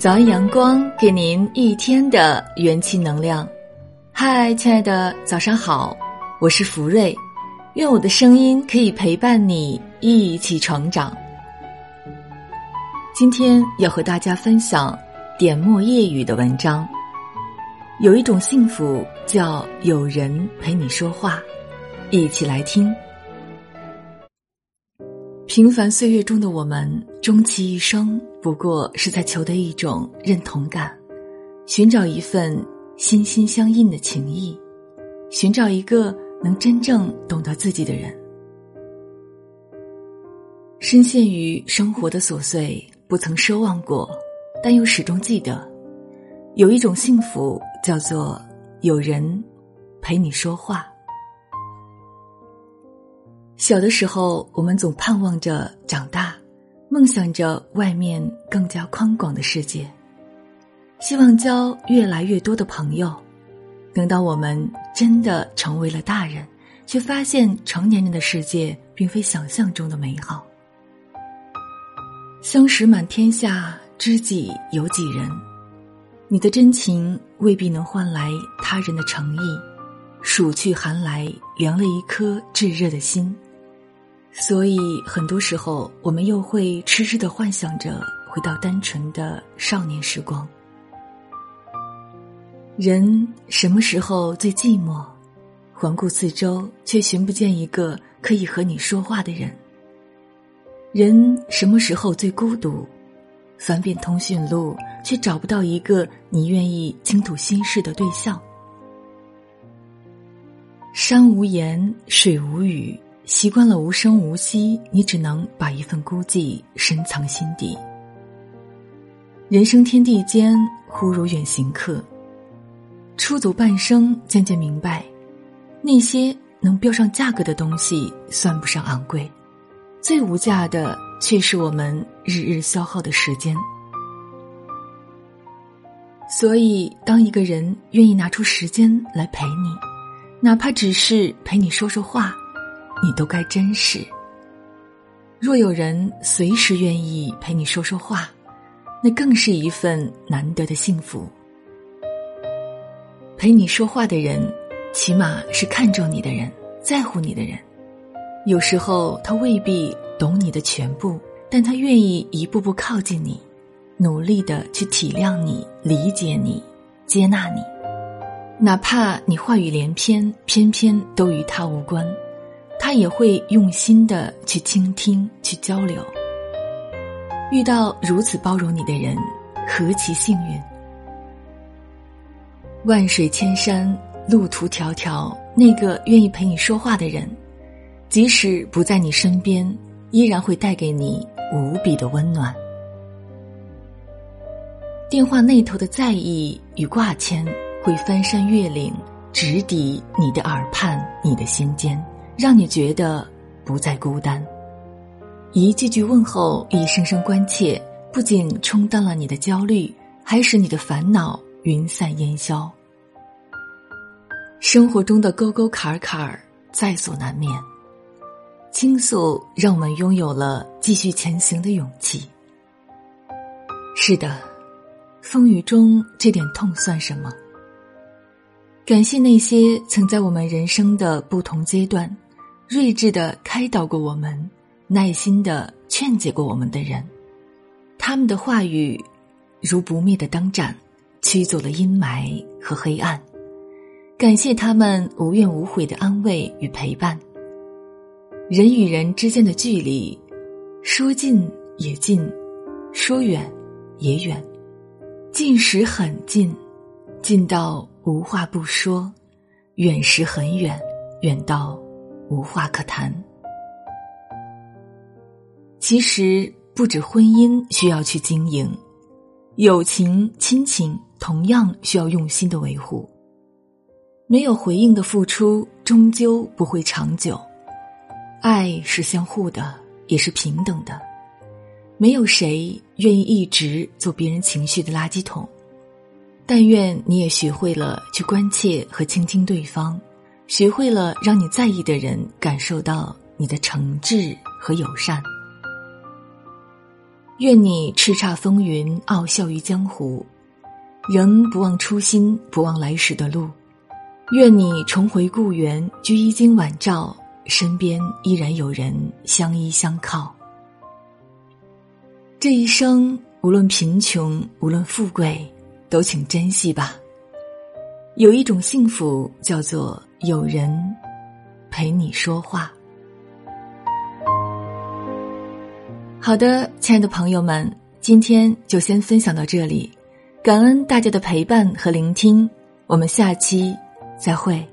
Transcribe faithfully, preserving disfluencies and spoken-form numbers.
早安阳光，给您一天的元气能量。嗨，亲爱的，早上好，我是福瑞，愿我的声音可以陪伴你一起成长。今天要和大家分享点墨夜雨的文章。有一种幸福叫有人陪你说话，一起来听。平凡岁月中的我们，终其一生不过是在求得一种认同感，寻找一份心心相印的情谊，寻找一个能真正懂得自己的人。深陷于生活的琐碎，不曾奢望过，但又始终记得，有一种幸福叫做有人陪你说话。小的时候，我们总盼望着长大，梦想着外面更加宽广的世界，希望交越来越多的朋友。等到我们真的成为了大人，却发现成年人的世界并非想象中的美好。相识满天下，知己有几人？你的真情未必能换来他人的诚意，暑去寒来，凉了一颗炙热的心。所以很多时候，我们又会痴痴地幻想着回到单纯的少年时光。人什么时候最寂寞？环顾四周，却寻不见一个可以和你说话的人。人什么时候最孤独？翻遍通讯录，却找不到一个你愿意倾吐心事的对象。山无言，水无语，习惯了无声无息，你只能把一份孤寂深藏心底。人生天地间，忽如远行客，出走半生，渐渐明白，那些能标上价格的东西算不上昂贵，最无价的却是我们日日消耗的时间。所以当一个人愿意拿出时间来陪你，哪怕只是陪你说说话，你都该珍视。若有人随时愿意陪你说说话，那更是一份难得的幸福。陪你说话的人，起码是看重你的人，在乎你的人。有时候他未必懂你的全部，但他愿意一步步靠近你，努力地去体谅你，理解你，接纳你。哪怕你话语连篇，偏偏都与他无关，他也会用心地去倾听，去交流。遇到如此包容你的人，何其幸运。万水千山，路途迢迢，那个愿意陪你说话的人，即使不在你身边，依然会带给你无比的温暖。电话那头的在意与挂牵，会翻山越岭，直抵你的耳畔，你的心间，让你觉得不再孤单。一句句问候，一声声关切，不仅冲淡了你的焦虑，还使你的烦恼云散烟消。生活中的沟沟坎坎在所难免，倾诉让我们拥有了继续前行的勇气。是的，风雨中这点痛算什么？感谢那些曾在我们人生的不同阶段，睿智地开导过我们，耐心地劝解过我们的人。他们的话语如不灭的灯盏，驱走了阴霾和黑暗。感谢他们无怨无悔的安慰与陪伴。人与人之间的距离，说近也近，说远也远，近时很近，近到无话不说；远时很远，远到无话可谈。其实不止婚姻需要去经营，友情、亲情同样需要用心的维护。没有回应的付出，终究不会长久。爱是相互的，也是平等的。没有谁愿意一直做别人情绪的垃圾桶。但愿你也学会了去关切和倾听对方，学会了让你在意的人感受到你的诚挚和友善。 愿你叱咤风云，傲笑于江湖，仍不忘初心，不忘来时的路。愿你重回故园，居衣襟晚照，身边依然有人相依相靠。这一生，无论贫穷，无论富贵，都请珍惜吧。有一种幸福，叫做有人陪你说话。好的，亲爱的朋友们，今天就先分享到这里，感恩大家的陪伴和聆听，我们下期再会。